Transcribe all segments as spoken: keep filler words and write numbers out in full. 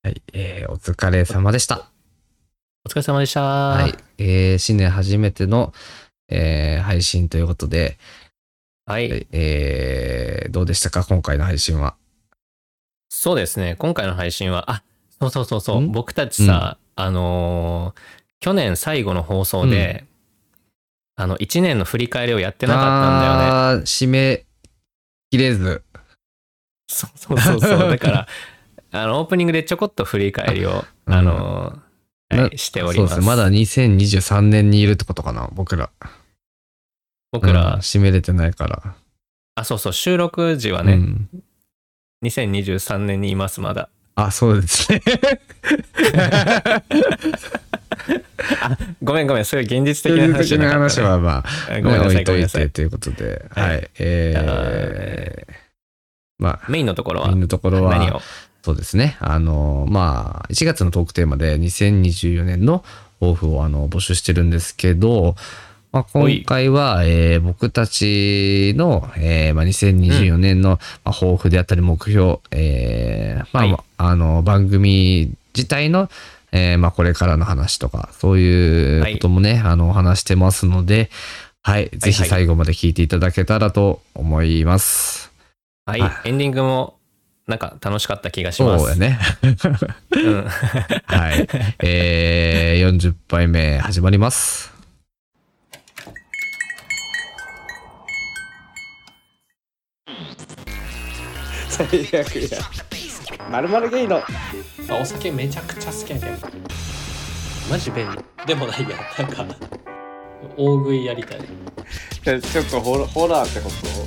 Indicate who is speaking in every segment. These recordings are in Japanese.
Speaker 1: はい、えー、お疲れ様でした。
Speaker 2: お疲れ様でした。
Speaker 1: はい、えー、新年初めての、えー、配信ということで、
Speaker 2: はい。
Speaker 1: えー、どうでしたか、今回の配信は。
Speaker 2: そうですね。今回の配信は、あ、そうそうそうそう。
Speaker 1: ん
Speaker 2: 僕たち
Speaker 1: うん。
Speaker 2: さ、あのー去年最後の放送
Speaker 1: うん。
Speaker 2: で、あの、いちねんの振り返りをやってなかったんだよね。
Speaker 1: あー、締めきれず。
Speaker 2: そうそうそうそう。だから、あの、オープニングでちょこっと振り返りを、あ
Speaker 1: うん。
Speaker 2: のーは
Speaker 1: な、
Speaker 2: い、しており
Speaker 1: そうですね。まだ
Speaker 2: ます。
Speaker 1: にせんにじゅうさんねんにいるってことかな、僕ら。うん、
Speaker 2: 僕ら、
Speaker 1: 締めれてないから。
Speaker 2: あ、そうそう、収録時はね、
Speaker 1: うん。
Speaker 2: にせんにじゅうさんねんにいます、まだ。
Speaker 1: あ、そうですね。
Speaker 2: あ、ごめんごめん、そういう現実的な
Speaker 1: 政治的な
Speaker 2: 話じゃなかったね。
Speaker 1: 話はまあ、ね、
Speaker 2: ごめんなさい、ご
Speaker 1: 置いと
Speaker 2: めんなさい。
Speaker 1: いてということで、
Speaker 2: はい。
Speaker 1: はい。
Speaker 2: じゃあ、え
Speaker 1: えー、
Speaker 2: ー
Speaker 1: まあ、
Speaker 2: メインのところは
Speaker 1: メインのところは、
Speaker 2: 何を？
Speaker 1: そうですね。あの、まあ、いちがつのトークテーマでにせんにじゅうよねんの抱負をあの募集してるんですけど、まあ、今
Speaker 2: おい。
Speaker 1: 回は、えー僕たちの、えーまあ、2024
Speaker 2: うん。
Speaker 1: 年の、まあ、抱負であったり目標、えーまあ、
Speaker 2: はい。
Speaker 1: まああの、番組自体の、えーまあ、これからの話とか、そういう
Speaker 2: はい。
Speaker 1: こともね、あの、お話してますので、はい、ぜひ
Speaker 2: はいはい。
Speaker 1: 最後まで聞いていただけたらと思います。はい、
Speaker 2: はい。エンディングもなんか楽しかった気がします。
Speaker 1: そうやね。
Speaker 2: うん。
Speaker 1: はい。えー、よんじゅっぱいめ始まります。
Speaker 3: 最悪や。まるまるゲイの。
Speaker 2: お酒めちゃくちゃ好きやけど。マジ便利。でもないや。なんか、大食いやりたい。
Speaker 3: ちょっとホラホラーってこと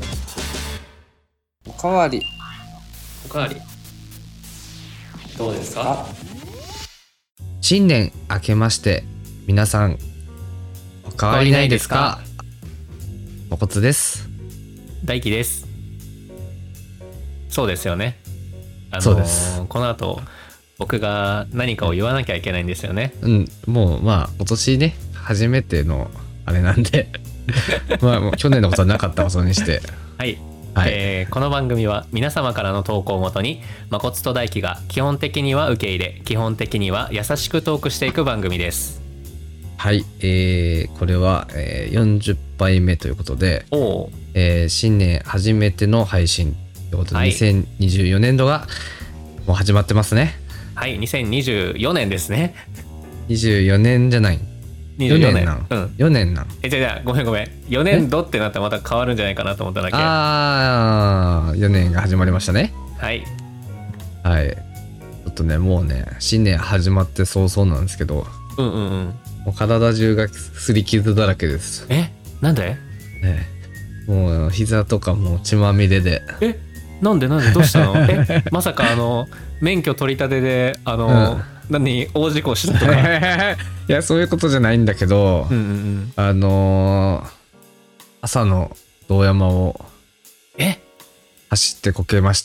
Speaker 3: ？おかわり。
Speaker 2: おかわり。どうですか？
Speaker 1: 新年明けまして、皆さん、お変わりないですか？おこつです。
Speaker 2: 大輝です。そうですよね。あ
Speaker 1: そうです。
Speaker 2: のーこの後、僕が何かを言わなきゃいけないんですよね。
Speaker 1: うん、もうまあ、今年ね、初めてのあれなんで、まあ、もう去年のことはなかったことにして、
Speaker 2: はい。
Speaker 1: はい。
Speaker 2: えーこの番組は皆様からの投稿をもとにまこつと大輝が基本的には受け入れ基本的には優しくトークしていく番組です。
Speaker 1: はい、えー、これは、えー、よんじゅっぱいめということで、
Speaker 2: おお。
Speaker 1: えー新年初めての配信ということで、
Speaker 2: はい
Speaker 1: にせんにじゅうよねん度がもう始まってますね。
Speaker 2: はいにせんにじゅうよねんですね。
Speaker 1: にじゅうよねんじゃない。4
Speaker 2: にじゅうよねん。
Speaker 1: 年なん。
Speaker 2: うん。
Speaker 1: よねんなん。
Speaker 2: えじゃあじゃあごめんごめんよねん度ってなったらまた変わるんじゃないかなと思っただけ。
Speaker 1: あー、よねんが始まりましたね。
Speaker 2: はい。
Speaker 1: はい。ちょっとね、もうね、新年始まって早々なんですけど、
Speaker 2: うんうんうん。
Speaker 1: もう体中がすり傷だらけです。
Speaker 2: えなんで？
Speaker 1: ね、もう膝とかもう血まみれで。
Speaker 2: えなんでなんでどうしたの？えまさかあの免許取り立てであ
Speaker 1: うん。
Speaker 2: の何大事故したとか？
Speaker 1: いや、そういうことじゃないんだけど、
Speaker 2: うんうんうん。
Speaker 1: あのー朝の道山を
Speaker 2: え
Speaker 1: 走ってこけました。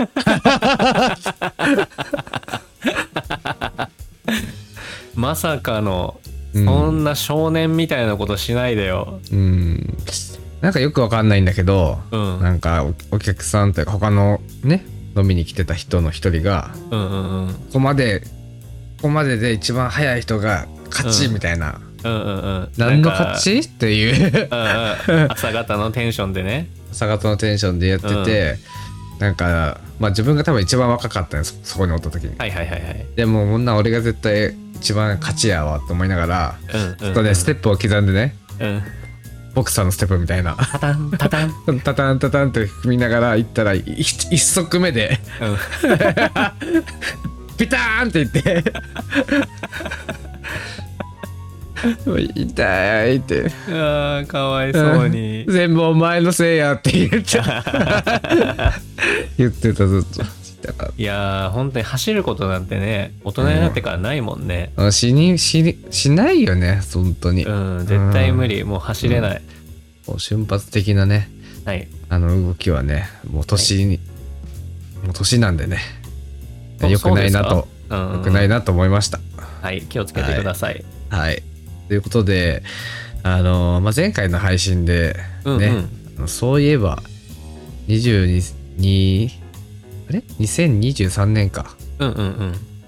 Speaker 2: まさかの
Speaker 1: うん。
Speaker 2: そんな少年みたいなことしないでよ。
Speaker 1: うん。なんかよくわかんないんだけど、
Speaker 2: うん
Speaker 1: なんかお、お客さんというか他のね、飲みに来てた人の一人が、
Speaker 2: うんうんうん
Speaker 1: ここまで、ここまでで一番早い人が勝ちみたいな。
Speaker 2: うんうんうん。な
Speaker 1: 何の勝
Speaker 2: んか、
Speaker 1: ちっていう
Speaker 2: うんうん、朝方のテンションでね。
Speaker 1: 朝方のテンションでやってて、なんか、まあ自分が多分一番若かったんです、そこにおった時に。
Speaker 2: はいはいはいはい。
Speaker 1: でも、こんな俺が絶対一番勝ちやわと思いながら、
Speaker 2: うんうん、うん。
Speaker 1: ちょっとね、ステップを刻んでね、
Speaker 2: うん。
Speaker 1: ボクサーのステップみたいな。
Speaker 2: タタンタタン。
Speaker 1: タタンタタンって踏みながら行ったら、い一足目で
Speaker 2: うん。
Speaker 1: ピターンって言ってもう痛いって、
Speaker 2: ああ、かわいそうに。
Speaker 1: 全部お前のせいやって言っちゃ言ってた、ずっと。
Speaker 2: いやー、本当に走ることなんてね、大人になってからないもんね。
Speaker 1: うん、死にしにしないよね、本当に。
Speaker 2: うん、絶対無理。もう走れない。
Speaker 1: もう瞬発的なね、
Speaker 2: はい。
Speaker 1: あの動きはね、もう年に、もう年なんでね、
Speaker 2: お
Speaker 1: 良くないな
Speaker 2: そう
Speaker 1: と、
Speaker 2: ですか？うんうん
Speaker 1: 良
Speaker 2: うん。
Speaker 1: くないなと思いました。
Speaker 2: はい、気をつけてください。
Speaker 1: はい。ということで、あのまあ、前回の配信で
Speaker 2: うんう
Speaker 1: ね、
Speaker 2: ん。
Speaker 1: そういえば、にじゅうに、あれ ?にせんにじゅうさんねんか。
Speaker 2: うんうんうん。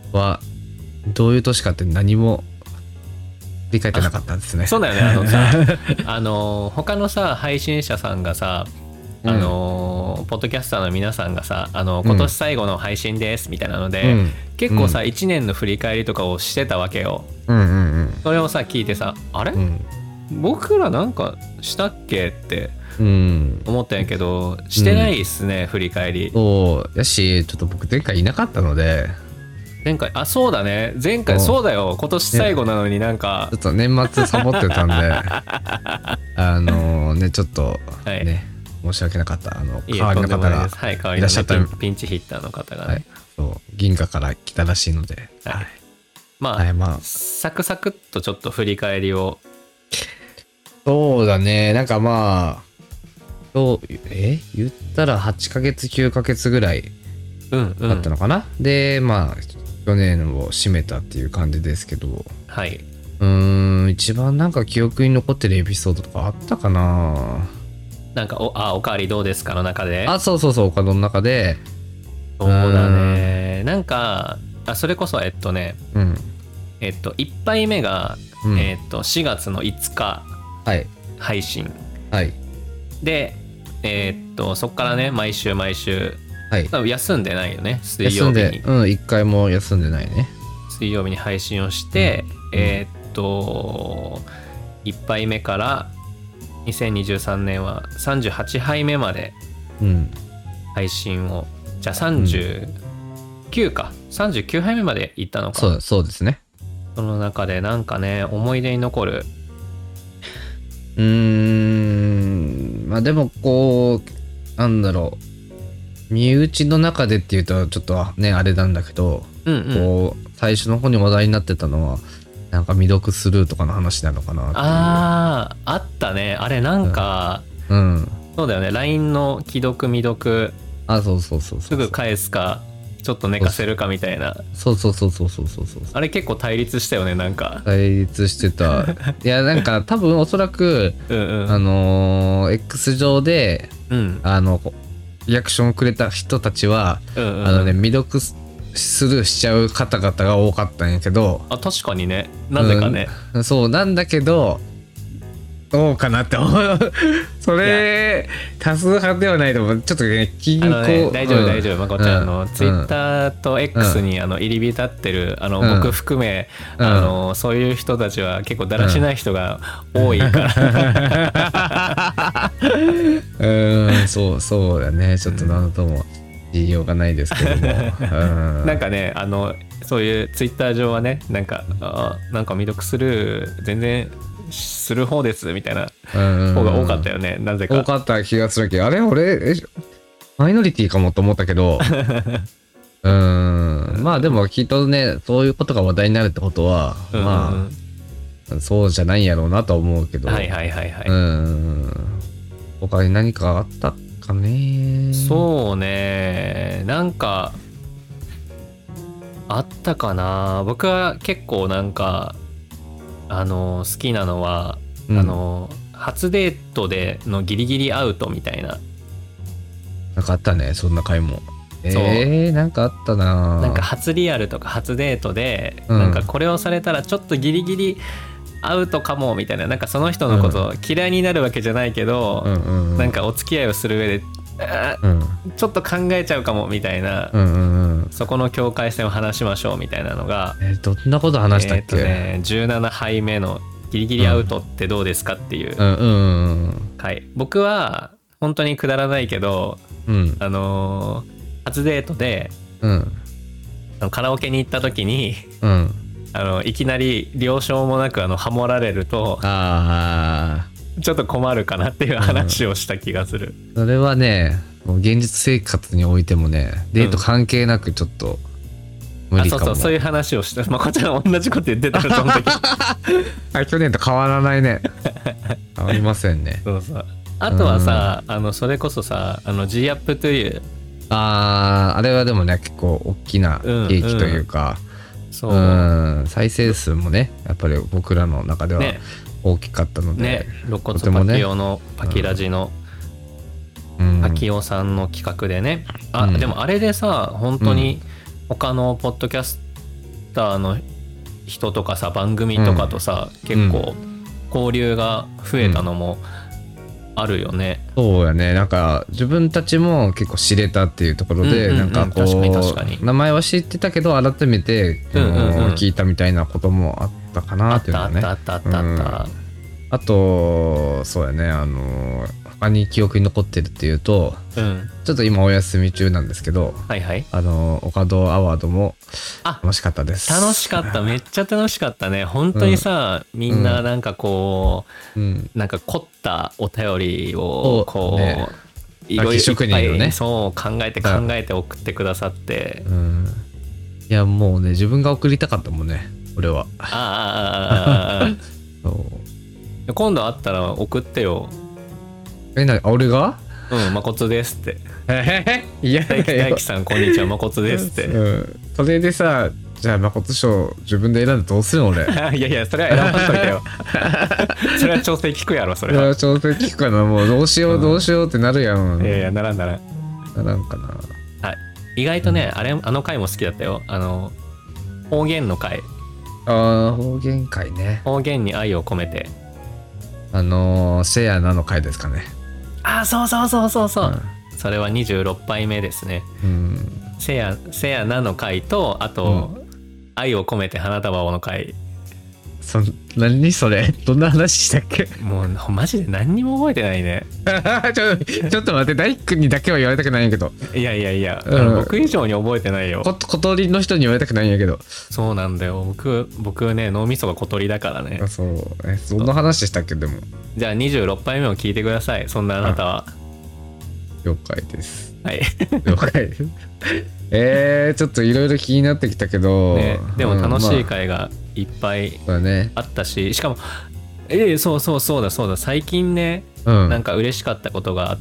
Speaker 1: はどういう年かって何も理解ってなかったんですね。
Speaker 2: そうだよね。あのさあの他のさ配信者さんがさあの、うん、ポッドキャスターの皆さんがさあの今年最後の配信ですみたいなので、うん、結構さ、うん、いちねんの振り返りとかをしてたわけよ、うんうんうん、それをさ聞いてさあれ、うん、僕らなんかしたっけって思ったんやけど、うん、してないっすね、うん、振り返り。
Speaker 1: そうやしちょっと僕前回いなかったので
Speaker 2: 前回あそうだね前回そうだよ今年最後なのになんか、
Speaker 1: ね、ちょっと年末サボってたんであのねちょっとね、はい、申し訳なかった。あの代わりの方がいらっしゃった、はい、
Speaker 2: ピンチヒッターの方がね、はい、
Speaker 1: そう銀河から来たらしいので、はい、
Speaker 2: まあ、はい、まあサクサクっとちょっと振り返りを。
Speaker 1: そうだねなんかまあそうえ言ったらはちかげつきゅうかげつぐらいだったのかな、うんうん、でまあ去年を締めたっていう感じですけど、
Speaker 2: はい、
Speaker 1: うーん一番なんか記憶に残ってるエピソードとかあったかな。
Speaker 2: なんか お, あおかわりどうですかの中で
Speaker 1: あそうそうそうおかどの中で
Speaker 2: そうだねなんかあそれこそえっとね、うん、えっといち杯目が、うん、えっとしがつのいつか配信、
Speaker 1: はい、
Speaker 2: でえー、っとそっからね毎週毎週、はい、多分休んでないよね水曜日に。
Speaker 1: 休んでうん一回も休んでないね。
Speaker 2: 水曜日に配信をして、うん、えー、っといち杯目からにせんにじゅうさんねんはさんじゅうはちはいめまで配信を、うん、じゃあさんじゅうきゅうか、うん、さんじゅうきゅうはいめまで行ったのか。
Speaker 1: そうそうですね。
Speaker 2: その中でなんかね思い出に残る
Speaker 1: うーんまあでもこうなんだろう身内の中でっていうとちょっとねあれなんだけど、うんうん、こう最初の方に話題になってたのはなんか未読スルーとかの話なのかなっていう。
Speaker 2: あーあったねあれなんか、うん、うん、そうだよね ライン の既読未読
Speaker 1: あそうそうそうそう
Speaker 2: すぐ返すかちょっと寝かせるかみたいな。
Speaker 1: そうそうそうそうそうそうそう
Speaker 2: あれ結構対立したよねなんか。
Speaker 1: 対立してたいやなんか多分おそらくうん、うん、あのー、X 上で、うん、あのリアクションをくれた人たちは、うんうん、あのね未読スルーしちゃう方々が多かったんやけど
Speaker 2: あ確かにねなぜかね、
Speaker 1: うん、そうなんだけどどうかなって思うそれ多数派ではないと思う。ちょっとね均衡、
Speaker 2: ね、大丈夫大丈夫まこちゃん、うん、あのツイッターと X に、うん、あの入り浸ってるあの、うん、僕含め、うん、あのそういう人たちは結構だらしない人が多いから、
Speaker 1: うん、うんそうそうだねちょっと何とも言いようがないですけども、
Speaker 2: うん、なんかねあのそういうツイッター上はねなんかあなんか未読スルー全然する方ですみたいな方が多かったよね、うん、なぜか
Speaker 1: 多かった気がするけどあれ俺えマイノリティかもと思ったけどうーんまあでもきっとねそういうことが話題になるってことは、うん、まあそうじゃないんやろうなとは思うけど
Speaker 2: はいはいはいはい
Speaker 1: うん他に何かあったかね。
Speaker 2: そうねなんかあったかな。僕は結構なんかあの好きなのは、うん、あの初デートでのギリギリアウトみたいな
Speaker 1: なんかあったねそんな回も。えー、なんかあったな。
Speaker 2: なんか初リアルとか初デートで、うん、なんかこれをされたらちょっとギリギリアウトかもみたいななんかその人のこと嫌いになるわけじゃないけど、うんうんうん、なんかお付き合いをする上でうん、ちょっと考えちゃうかもみたいな、うんうんうん、そこの境界線を話しましょうみたいなのが、
Speaker 1: えー、どんなこと話したっけ、えーとね、
Speaker 2: じゅうななはいめのギリギリアウトってどうですかっていう回、うんうんうんはい、僕は本当にくだらないけど、うん、あのー、初デートで、うん、あのカラオケに行った時に、うん、あのいきなり了承もなくあのハモられるとあちょっと困るかなっていう話をした気がする、
Speaker 1: うん、それはねもう現実生活においてもねデート関係なくちょっと無理かも、うん、あそう
Speaker 2: そうそういう話をしてまあこちら同じこと言ってたらその時
Speaker 1: あ去年と変わらないね変わりませんね。
Speaker 2: そうそうあとはさ、うん、あのそれこそさあの G アップという
Speaker 1: あーあれはでもね結構大きな利益というか、うんうん、そう、うん、再生数もねやっぱり僕らの中では、ね大きかったので、
Speaker 2: ね、肋骨パキオのパキラジのパキオさんの企画でね、うん、あ、うん、でもあれでさ本当に他のポッドキャスターの人とかさ番組とかとさ、うん、結構交流が増えたのもあるよね、
Speaker 1: うん、そうやね。なんか自分たちも結構知れたっていうところで、うんうんうん、なんかこう確かに確かに名前は知ってたけど改めて、うんうんうん、聞いたみたいなこともあったかなっていうのはね。
Speaker 2: あったあったあったあったあった、うん、
Speaker 1: あとそうやね、あの他に記憶に残ってるっていうと、うん、ちょっと今お休み中なんですけど、
Speaker 2: はいはい、
Speaker 1: あのオカドアワードも楽しかったです。
Speaker 2: 楽しかった、めっちゃ楽しかったね本当にさ、うん、みんななんかこう、うん、なんか凝ったお便りをこう、ね、いろいろいっぱい、ね、そう考えて考えて送ってくださって、うん、
Speaker 1: いやもうね自分が送りたかったもんね俺は。
Speaker 2: ああああそう今度会ったら送ってよ。
Speaker 1: えな俺が
Speaker 2: うんまこつですって
Speaker 1: えいや
Speaker 2: 大輝さんこんにちはまこつですって、うん、
Speaker 1: それでさじゃあまこつ賞自分で選んでどうするの俺
Speaker 2: いやいやそれは選ばんといてよそれは調整聞くやろそれは
Speaker 1: 調整聞くかな。もうどうしようどうしようってなるやん、
Speaker 2: うん、いやいやならんならん
Speaker 1: ならんかな。
Speaker 2: はい意外とね、うん、あれあの回も好きだったよ。あの方言の回。
Speaker 1: ああ方言回ね。
Speaker 2: 方言に愛を込めて
Speaker 1: あのー、せやなの回ですかね。
Speaker 2: あそうそうそうそうそう、うん、それはにじゅうろっぱいめですね、うん、せやせやなの回とあと、うん、愛を込めて花束をの回。
Speaker 1: そ何それどんな話したっけ。
Speaker 2: もうマジで何にも覚えてないね
Speaker 1: ちょちょっと待って大工にだけは言われたくないんやけど。
Speaker 2: いやいやいや、うん、僕以上に覚えてないよ。
Speaker 1: こ小鳥の人に言われたくないんやけど。
Speaker 2: そうなんだよ僕僕ね脳みそが小鳥だからね。
Speaker 1: そうえそんな話したっけ。でも
Speaker 2: じゃあにじゅうろっぱいめを聞いてください。そんなあなたは。
Speaker 1: 了解です。
Speaker 2: はい
Speaker 1: 了解ですえー、ちょっといろいろ気になってきたけど、
Speaker 2: ね、でも楽しい回がいっぱいあったし、うんまあ、しかもえー、そうそうそうだそうだ最近ね、うん、なんか嬉しかったことがあって、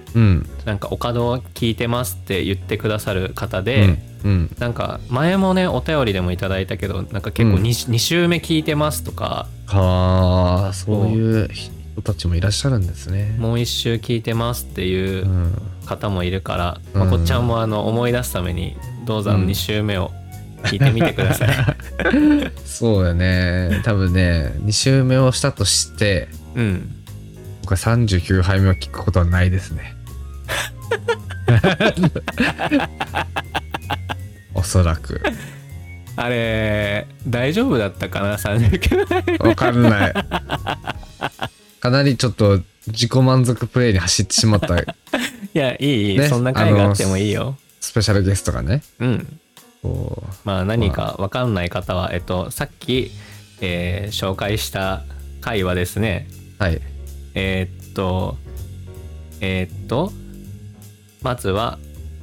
Speaker 2: うん、なんかお門聞いてますって言ってくださる方で、うんうん、なんか前もねお便りでもいただいたけどなんか結構 2,、うん、に週目聞いてますとか、
Speaker 1: はあそういう人たちもいらっしゃるんですね。
Speaker 2: もう一周聞いてますっていう方もいるから、うん、まこっちゃんもあの思い出すためにどうぞに週目を聞いてみてください、
Speaker 1: うん、そうやね多分ねに週目をしたとして、うん、僕はさんじゅうきゅうはいめを聞くことはないですねおそらく
Speaker 2: あれ大丈夫だったかなさんじゅうきゅうはいめ
Speaker 1: わかんないかなりちょっと自己満足プレイに走ってしまったい
Speaker 2: やいい、ね、そんな回があってもいいよ。
Speaker 1: スペシャルゲストがね
Speaker 2: うんまあ何か分かんない方は、まあ、えっとさっき、えー、紹介した回はですね
Speaker 1: はい
Speaker 2: えー、っとえー、っとまずは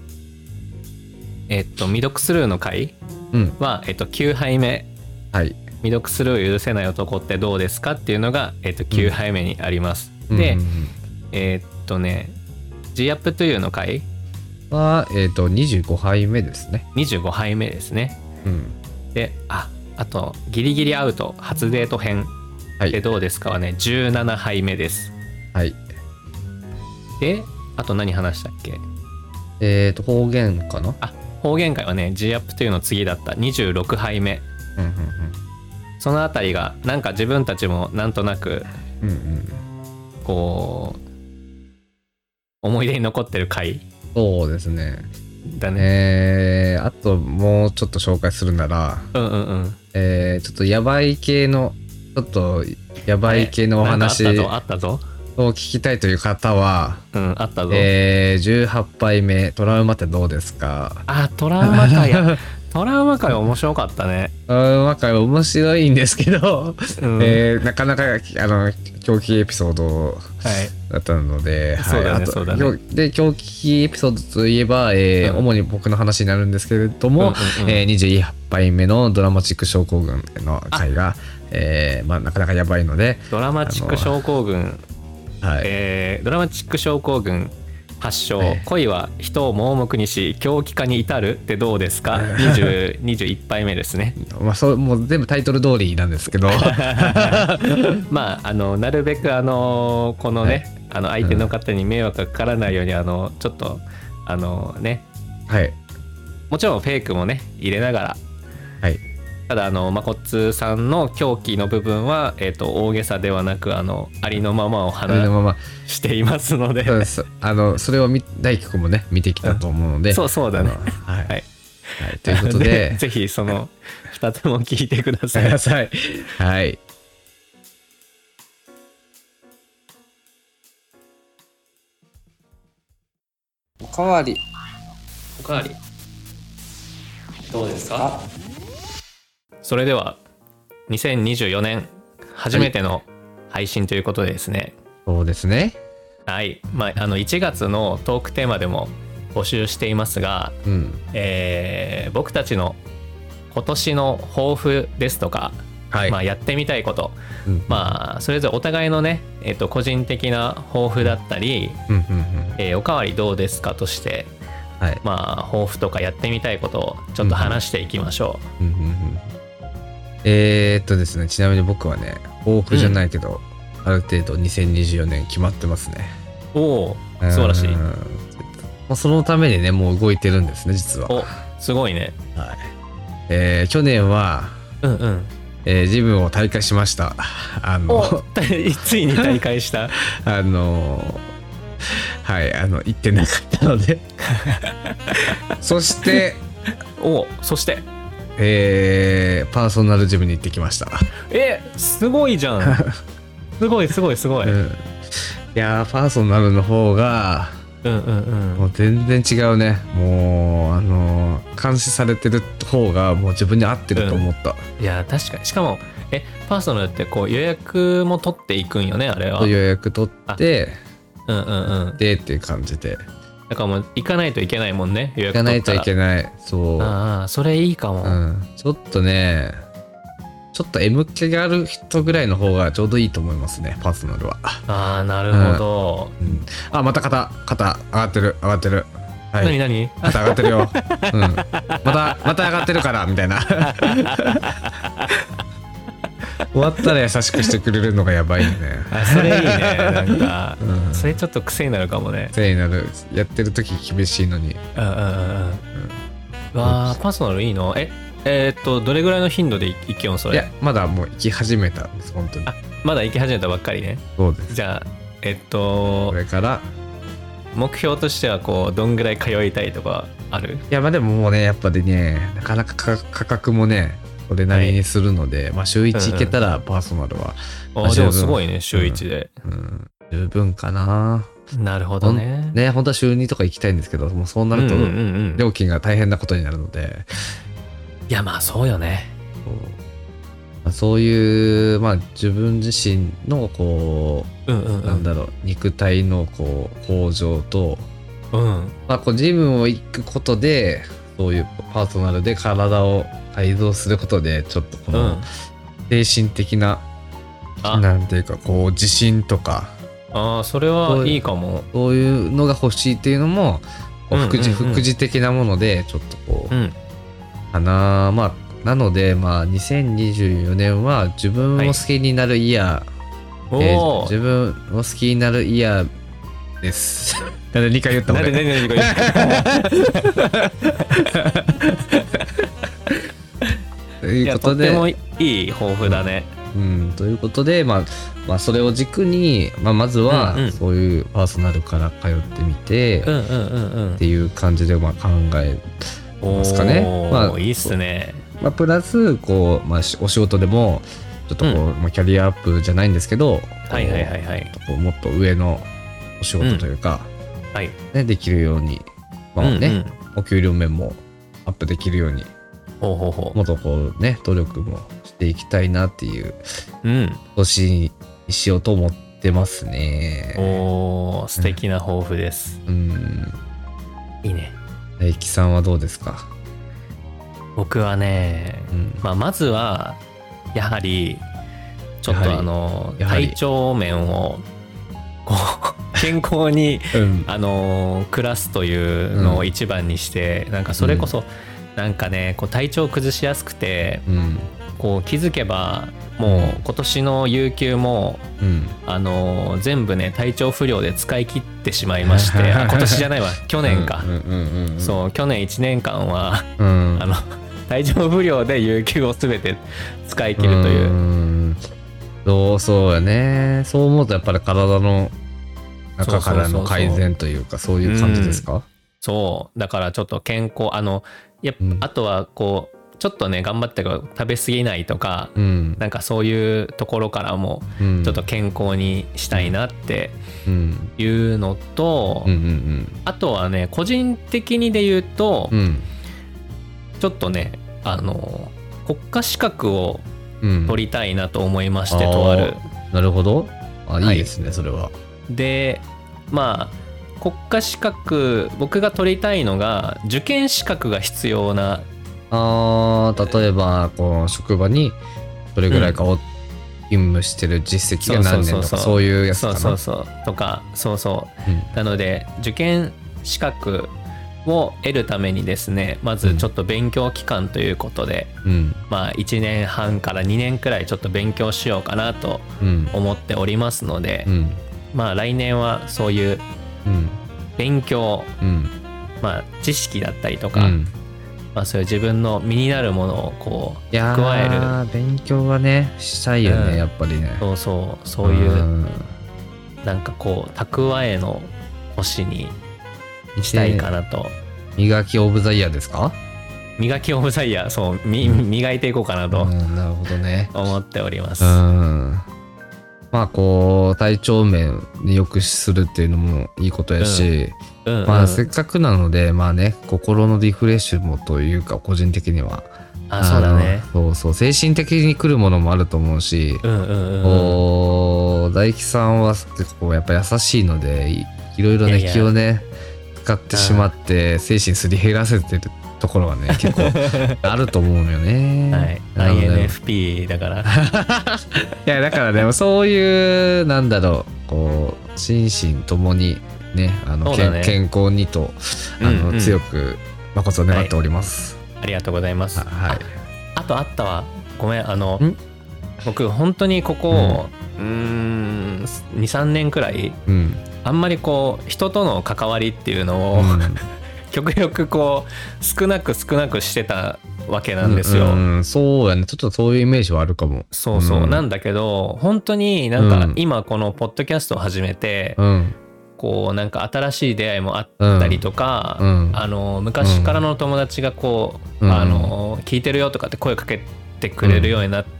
Speaker 2: えー、っと未読スルーの回は、うん、えっときゅうはいめ
Speaker 1: はい
Speaker 2: 未読スルーを許せない男ってどうですかっていうのが、えー、っときゅうはいめにあります、うん、で、うんうんうん、えー、っとね G アップトゥーの回
Speaker 1: は、えー、とにじゅうごはいめですね。
Speaker 2: にじゅうごはいめですね、うん、で あ, あとギリギリアウト初デート編でどうですかはね、はい、じゅうななはいめです。
Speaker 1: はい
Speaker 2: であと何話したっけ。
Speaker 1: えっ、ー、と方言かな。
Speaker 2: あ方言会はね G アップというの次だったにじゅうろくはいめ、うんうんうん、そのあたりがなんか自分たちもなんとなく、うんうん、こう思い出に残ってる回。
Speaker 1: そうですね
Speaker 2: だね。
Speaker 1: えー、あともうちょっと紹介するなら、
Speaker 2: うんうんうん、
Speaker 1: えー、ちょっとヤバい系のちょっとヤバい系のお話を聞きたいという方は、
Speaker 2: うん、あったぞ、
Speaker 1: えー、じゅうはちはいめトラウマってどうですか。
Speaker 2: あトラウマかやトラウマ界面白かったね。
Speaker 1: トラウマ界面白いんですけど、うん、えー、なかなかあの狂気エピソードだったので、はい、
Speaker 2: そうだねそうだね。
Speaker 1: で狂気エピソードといえば、えーうん、主に僕の話になるんですけれども、うんうんうん、えー、にじゅうはちはいめのドラマチック症候群の回が、えーまあ、なかなかやばいので。
Speaker 2: ドラマチック症候群、はいえー、ドラマチック症候群発症、えー、恋は人を盲目にし狂気化に至るってどうですか。にじゅう、にじゅういちはいめですね。
Speaker 1: まあそうもう全部タイトル通りなんですけど
Speaker 2: まああのなるべくあのこのね、はい、あの相手の方に迷惑がかからないように、うん、あのちょっとあのね、
Speaker 1: はい、
Speaker 2: もちろんフェイクもね入れながら、
Speaker 1: はい、
Speaker 2: ただあのまこっつさんの狂気の部分は、えー、と大げさではなくあのありのままを
Speaker 1: ありのまま
Speaker 2: 話していますので、
Speaker 1: そうです。あのそれをみ大輝くんもね見てきたと思うので、
Speaker 2: うん、そうそうだね。
Speaker 1: はい、
Speaker 2: はい
Speaker 1: はい、ということで
Speaker 2: ぜひそのふたつも聞いてください。
Speaker 1: ください。はい。
Speaker 3: おかわり。
Speaker 2: おかわりどうですか？それではにせんにじゅうよねん初めての配信ということでですね、
Speaker 1: そうですね。
Speaker 2: はい、まあ、あのいちがつのトークテーマでも募集していますが、
Speaker 1: うん
Speaker 2: えー僕たちの今年の抱負ですとか、
Speaker 1: はい、
Speaker 2: まあ、やってみたいこと、
Speaker 1: うん、
Speaker 2: まあ、それぞれお互いのね、えーと、個人的な抱負だったり、
Speaker 1: うんうんうん
Speaker 2: えーおかわりどうですかとして、
Speaker 1: はい、
Speaker 2: まあ、抱負とかやってみたいことをちょっと話していきましょう。
Speaker 1: うんうんうんうん、えー、っとですね、ちなみに僕はね抱負じゃないけど、うん、ある程度にせんにじゅうよねん決まってますね。
Speaker 2: おお、素晴らしい。
Speaker 1: まあ、そのためにねもう動いてるんですね実は。
Speaker 2: お、すごいね。
Speaker 1: はい、えー、去年は、
Speaker 2: うんうん、
Speaker 1: えー、ジムを退会しました。あの
Speaker 2: ついに退会した
Speaker 1: あのはいあの行ってなかったのでそして
Speaker 2: おそして
Speaker 1: えー、パーソナルジムに行ってきました。
Speaker 2: えすごいじゃんすごいすごいすごい、うん、
Speaker 1: いやーパーソナルの方が
Speaker 2: うんうんうん、
Speaker 1: もう全然違うね。もうあのー、監視されてる方がもう自分に合ってると思った、
Speaker 2: うん、いや確かに。しかもえパーソナルってこう予約も取っていくんよねあれは。
Speaker 1: 予約取って
Speaker 2: うんうんうん
Speaker 1: でっていう感じで、
Speaker 2: だからもう行かないといけないもんね、予約
Speaker 1: 行か
Speaker 2: 取ったら。
Speaker 1: ないといけない。そう、
Speaker 2: ああそれいいかも、
Speaker 1: うん、ちょっとねちょっと M 気がある人ぐらいの方がちょうどいいと思いますねパーソナルは。
Speaker 2: ああなるほど、
Speaker 1: うんうん、あまた肩肩上がってる上がってる、はい、
Speaker 2: 何何
Speaker 1: 肩上がってるよ、うん、またまた上がってるからみたいな終わったら優しくしてくれるのがやばいよね。
Speaker 2: あそれいいねなんか、
Speaker 1: うん、
Speaker 2: それちょっと癖になるかもね。
Speaker 1: 癖になる。やってる時厳しいのに。
Speaker 2: うんうんうんうん、わあパーソナルいいの。ええー、っとどれぐらいの頻度で行きよんそれ。
Speaker 1: いやまだもう行き始めたんです本当に。
Speaker 2: あまだ行き始めたばっかりね。
Speaker 1: そうです。
Speaker 2: じゃあえっと
Speaker 1: これから
Speaker 2: 目標としてはこうどんぐらい通いたいとかある？
Speaker 1: いやまあでももうねやっぱりねなかなか価格もねそれなりにするので、はい、まあ週いち行けたらパーソナルは、
Speaker 2: うんうん、あでもすごいね週いちで、
Speaker 1: うんうん、十分かな。
Speaker 2: なるほどね。
Speaker 1: ね本当は週にとか行きたいんですけどもうそうなると料金が大変なことになるので、うんうんうん、
Speaker 2: いやまあそうよね。
Speaker 1: そう、まあ、そういうまあ自分自身のこう、うんうんうん、なんだろう肉体のこう向上と、うんまあ、こうジムを行くことでそういうパーソナルで体を改造することでちょっとこの精神的な、うん、なんていうかこう自信とか、
Speaker 2: ああそれはいいかも。
Speaker 1: そういうのが欲しいっていうのも副次、うんうんうん、副次的なものでちょっとこう、うん、かな。まあなのでまあにせんにじゅうよねんは自分を好きになるイヤー、はいえー、自分を好きになるイヤーですなんでにかい言ったもんね。何何何ということで
Speaker 2: いやとってもいい抱負だね、
Speaker 1: うん、ということで、まあ、まあそれを軸に、まあ、まずはそういうパーソナルから通ってみて、うんうんうんうん、っていう感じでまあ考えますかね。まあ、
Speaker 2: いいっすね。
Speaker 1: まあ、プラスこう、まあ、お仕事でもちょっとこう、うんまあ、キャリアアップじゃないんですけど、
Speaker 2: はいはいはいはい、
Speaker 1: もっと上のお仕事というか、うんはいね、できるように、まあねうんうん、お給料面もアップできるようにほうほうほうもっとこうね努力もしていきたいなっていう年にしようと思ってますね。
Speaker 2: おー素敵な抱負です、うん、いいね。
Speaker 1: 大輝さんはどうですか？
Speaker 2: 僕はね、うんまあ、まずはやはりちょっとあの体調面をこう健康に、うん、あの暮らすというのを一番にして、うん、なんかそれこそなんかねこう体調崩しやすくて、うん、こう気づけばもう今年の有給も、うん、あの全部ね体調不良で使い切ってしまいましてあ今年じゃないわ去年か、うんうんうんうん、そう去年いちねんかんは、うん、あの体調不良で有給を全て使い切るという。うーん、
Speaker 1: そうそうやね。そう思うとやっぱり体の中からの改善というか、そういう感じですか？うん、
Speaker 2: そうだからちょっと健康、あのや、うん、あとはこうちょっとね頑張って食べ過ぎないとか、うん、なんかそういうところからもちょっと健康にしたいなっていうのと、うんうんうんうん、あとはね個人的にで言うと、うん、ちょっとねあの国家資格を取りたいなと思いまして、うん、とある。
Speaker 1: なるほど。あ、いいですね、はい、それは。
Speaker 2: でまあ国家資格僕が取りたいのが受験資格が必要な、
Speaker 1: あ例えばこう職場にどれぐらいかを勤務してる実績が何年とかそういうやつかな。
Speaker 2: そうそうそうとかそうそう、うん、なので受験資格を得るためにですねまずちょっと勉強期間ということで、うん、まあいちねんはんからにねんくらいちょっと勉強しようかなと思っておりますので、うん、まあ来年はそういう勉強、うん、まあ知識だったりとか、うんまあ、そういう自分の身になるものをこう蓄える。
Speaker 1: 勉強はねしたいよね、うん、やっぱりね。
Speaker 2: そうそうそういう、うん、なんかこう蓄えの年にしたいかなと。
Speaker 1: 磨きオブザイヤーですか？
Speaker 2: 磨きオブザイヤーそう、み、うん、磨いていこうかなと、うん、
Speaker 1: なるほどね
Speaker 2: 思っております。
Speaker 1: うんまあこう体調面に良くするっていうのもいいことやし、うんうんうん、まあせっかくなのでまあね心のリフレッシュもというか個人的には
Speaker 2: あそうだね
Speaker 1: そうそう精神的に来るものもあると思うし、うんうんうん、こう大樹さんは結構やっぱ優しいので い, いろいろね気をね使ってしまって精神すり減らせてるところはね結構あると思うのよね。
Speaker 2: はい、アイエヌエフピー だからい
Speaker 1: やだからねそういうなんだろうこう心身ともにねあの、ね、健康にとあの、うんうん、強く誠願っております、
Speaker 2: はい、ありがとうございます。
Speaker 1: はい、
Speaker 2: あ, あとあったわごめんあの僕本当にここ、うん、うーん にさんねんくらい、うん、あんまりこう人との関わりっていうのを、うん極力こう少なく少なくしてたわけなんですよ、うん
Speaker 1: うん、そうやねちょっとそういうイメージはあるかも。
Speaker 2: そうそう、うん、なんだけど本当になんか今このポッドキャストを始めて、うん、こうなんか新しい出会いもあったりとか、うん、あの昔からの友達がこう、うん、あの聞いてるよとかって声かけてくれるようになって、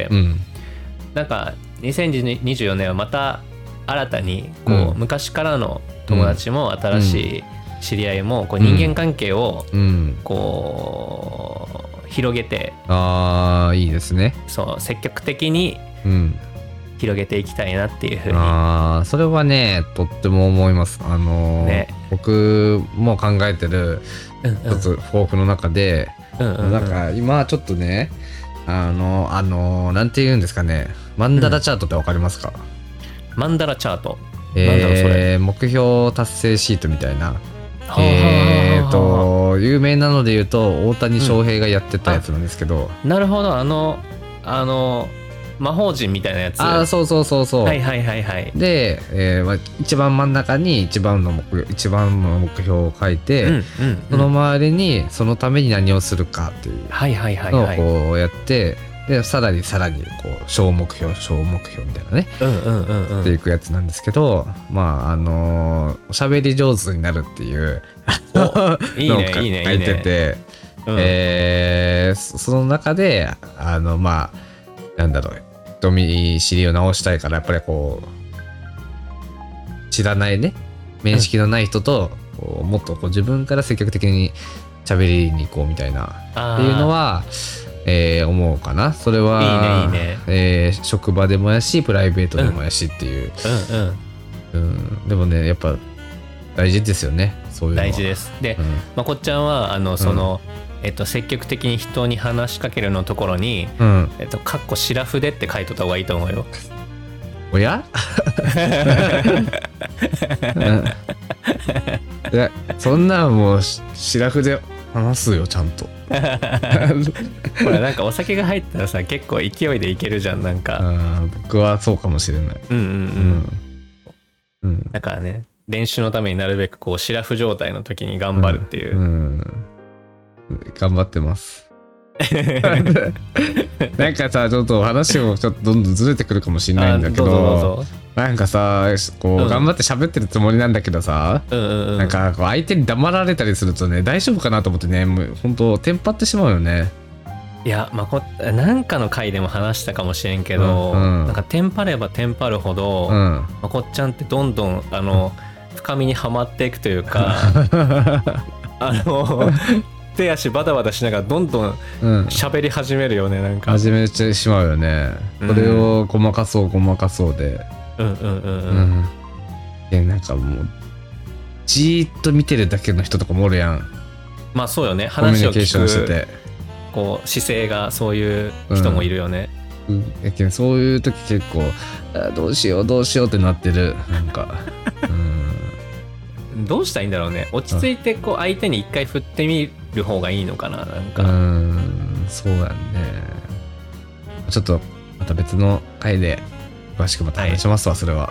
Speaker 2: うん、なんかにせんにじゅうよねんはまた新たにこう、うん、昔からの友達も新しい、うん知り合いもこう人間関係をこう広げて、
Speaker 1: うん、ああいいですね。
Speaker 2: そう積極的に広げていきたいなっていうふうに、
Speaker 1: うん、ああそれはねとっても思います。あのーね、僕も考えてる一つ抱負の中で、うんうん、なんか今ちょっとねあのあのなんて言うんですかねマンダラチャートってわかりますか？
Speaker 2: うん、マンダラチャート、
Speaker 1: えー、なんだろうそれ目標達成シートみたいな。えーと有名なので言うと大谷翔平がやってたやつなんですけど、
Speaker 2: うん、なるほどあのあの魔法陣みたいなやつ。
Speaker 1: あそうそうそうそう
Speaker 2: はいはいはいはい。
Speaker 1: で、えー、一番真ん中に一番の目標一番の目標を書いて、うんうんうん、その周りにそのために何をするかっていうのをこうやってでさらにさらにこう小目標小目標みたいなね、うんうんうんうん、っていくやつなんですけどまああのおしゃべり上手になるっていうのを書いてて、えー、その中であのまあなんだろう人見知りを直したいからやっぱりこう知らないね面識のない人と、こうもっとこう自分から積極的に喋りに行こうみたいなっていうのはえー、思うかな。それはい
Speaker 2: いねいいね、
Speaker 1: えー、職場でもやしプライベートでもやしっていう、うんうんうん、でもねやっぱ大事ですよねそういうのは。
Speaker 2: 大事です。で、うん、まこっちゃんはあのその、うんえっと、積極的に人に話しかけるのところに、うんえっと、かっこしらふでって書いとった方がいいと思うよ。
Speaker 1: おやいやそんなんもうしらふで話すよちゃんと
Speaker 2: ほらなんかお酒が入ったらさ結構勢いでいけるじゃんなんか。
Speaker 1: あ僕はそうかもしれない。うんうんうん、
Speaker 2: うん、だからね練習のためになるべくこうシラフ状態の時に頑張るっていう、うんうん、
Speaker 1: 頑張ってます。 なんかさちょっと話をちょっとどんどんずれてくるかもしれないんだけど、
Speaker 2: どうぞどうぞ。
Speaker 1: なんかさこう、うん、頑張って喋ってるつもりなんだけどさ、うんうんうん、なんかこう相手に黙られたりするとね大丈夫かなと思ってねもう本当テンパってしまうよね。
Speaker 2: いやまこなんかの回でも話したかもしれんけど、うんうん、なんかテンパればテンパるほど、うん、まこっちゃんってどんどんあの、うん、深みにはまっていくというかあの手足バタバタしながらどんどん喋り始めるよね、うん、なんか
Speaker 1: 始めてしまうよね、うん、これをごまかそうごまかそうで
Speaker 2: うんうんうんうん、
Speaker 1: うん、なんかもうじーっと見てるだけの人とかもおるやん。
Speaker 2: まあそうよね、話を聞くしててこう姿勢がそういう人もいるよね、
Speaker 1: うんうん、そういう時結構あどうしようどうしようってなってるなんか、
Speaker 2: うん、どうしたらいいんだろうね。落ち着いてこう相手に一回振ってみる方がいいのかな。なんか
Speaker 1: うんそうだね。ちょっとまた別の回で詳しくまた話しますわ、はい、それは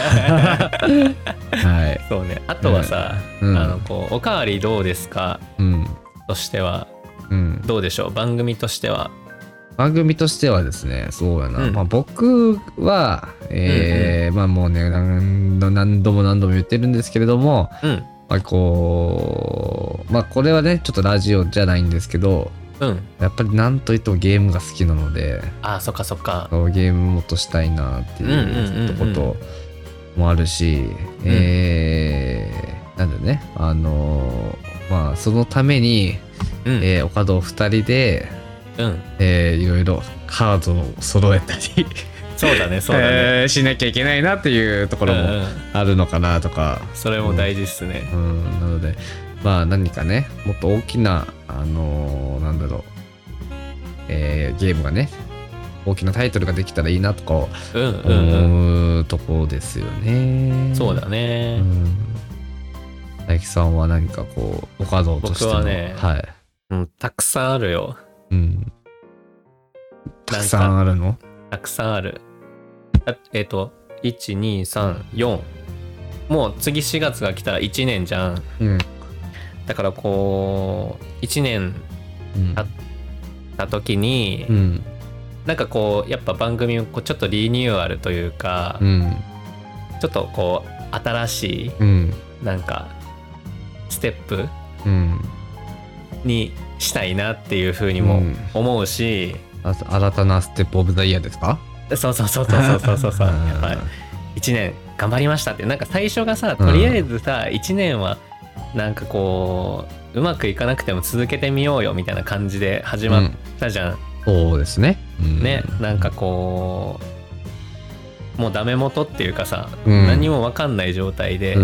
Speaker 1: はい
Speaker 2: そうね。あとはさ、うん、あのこうおかわりどうですか、うん、としては、うん、どうでしょう。番組としては
Speaker 1: 番組としてはですねそうやな、うんまあ、僕は、えーうんうん、まあもうね何度何度も何度も言ってるんですけれども、うんまあ、こうまあこれはねちょっとラジオじゃないんですけどうん、やっぱり何といってもゲームが好きなので、
Speaker 2: ああそっかそっか、
Speaker 1: ゲームもっとしたいなっていうこともあるし、うんうんうんうん、えー、なんでねあのー、まあそのために、うんえー、岡戸ふたりで、うんえー、いろいろカードを揃えたり
Speaker 2: そうだねそうだね、
Speaker 1: えー、しなきゃいけないなっていうところもあるのかなとか、
Speaker 2: うん、それも大事っすね、
Speaker 1: うん、うん、なのでまあ何かねもっと大きなあのー、なんだろう、えー、ゲームがね大きなタイトルができたらいいなとか思うところですよね。
Speaker 2: そうだね、うん、
Speaker 1: 大樹さんは何かこうお稼働としての
Speaker 2: 僕はね、はいうん、たくさんあるよ、うん、
Speaker 1: たくさんあるの
Speaker 2: たくさんあるあえっ、ー、といちにさんよんもう次しがつが来たらいちねんじゃん、うんだからこういちねん経った時に、うん、なんかこうやっぱ番組をこうちょっとリニューアルというか、うん、ちょっとこう新しい、うん、なんかステップ、うん、にしたいなっていう風にも思うし、
Speaker 1: うん、新たなステップオブザイヤーですか？
Speaker 2: そうそうそうそうそうそうそうやっぱりいちねん頑張りましたってなんか最初がさとりあえずさ、うん、いちねんはなんかこううまくいかなくても続けてみようよみたいな感じで始まったじゃん、うん、
Speaker 1: そうですね、
Speaker 2: うん、ねなんかこうもうダメ元っていうかさ、うん、何も分かんない状態で、うん、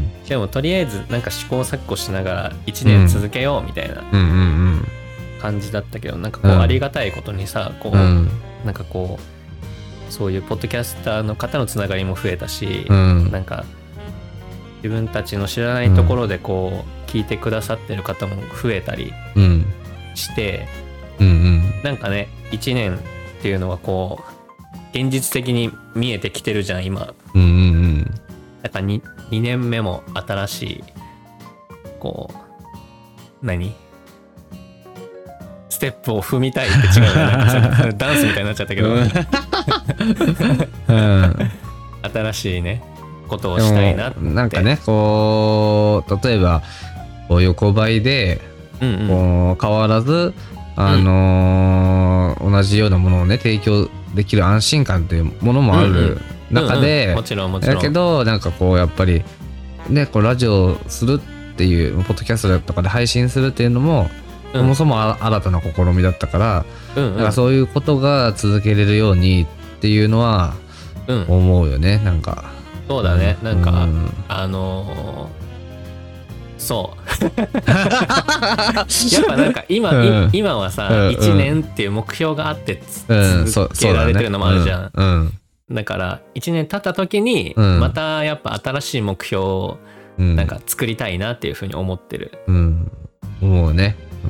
Speaker 2: でもとりあえずなんか試行錯誤しながらいちねん続けようみたいな感じだったけどなんかこうありがたいことにさこう、うん、なんかこうそういうポッドキャスターの方のつながりも増えたし、うん、なんか自分たちの知らないところでこう聞いてくださってる方も増えたりして、うんうんうん、なんかねいちねんっていうのはこう現実的に見えてきてるじゃん今、うんうんうん、だから 2, にねんめも新しいこう何ステップを踏みたいって違うなんかダンスみたいになっちゃったけど、うん、新しいねことをしたいなって。
Speaker 1: なんかねこう例えばこう横ばいで、うんうん、こう変わらずあのーうん、同じようなものをね提供できる安心感っていうものもある中で、
Speaker 2: もちろんもちろん
Speaker 1: だけどなんかこうやっぱりねこうラジオするっていうポッドキャストとかで配信するっていうのも、うん、そもそも新たな試みだったから、うんうん、なんかそういうことが続けれるようにっていうのは思うよね、うん、なんか
Speaker 2: そうだね、なんか、うん、あのー、そうやっぱなんか今、うん、今はさ、うん、いちねんっていう目標があって続けられてるのもあるじゃん、うんうん、だからいちねん経った時にまたやっぱ新しい目標をなんか作りたいなっていうふうに思ってる、
Speaker 1: うん、思うね、うん、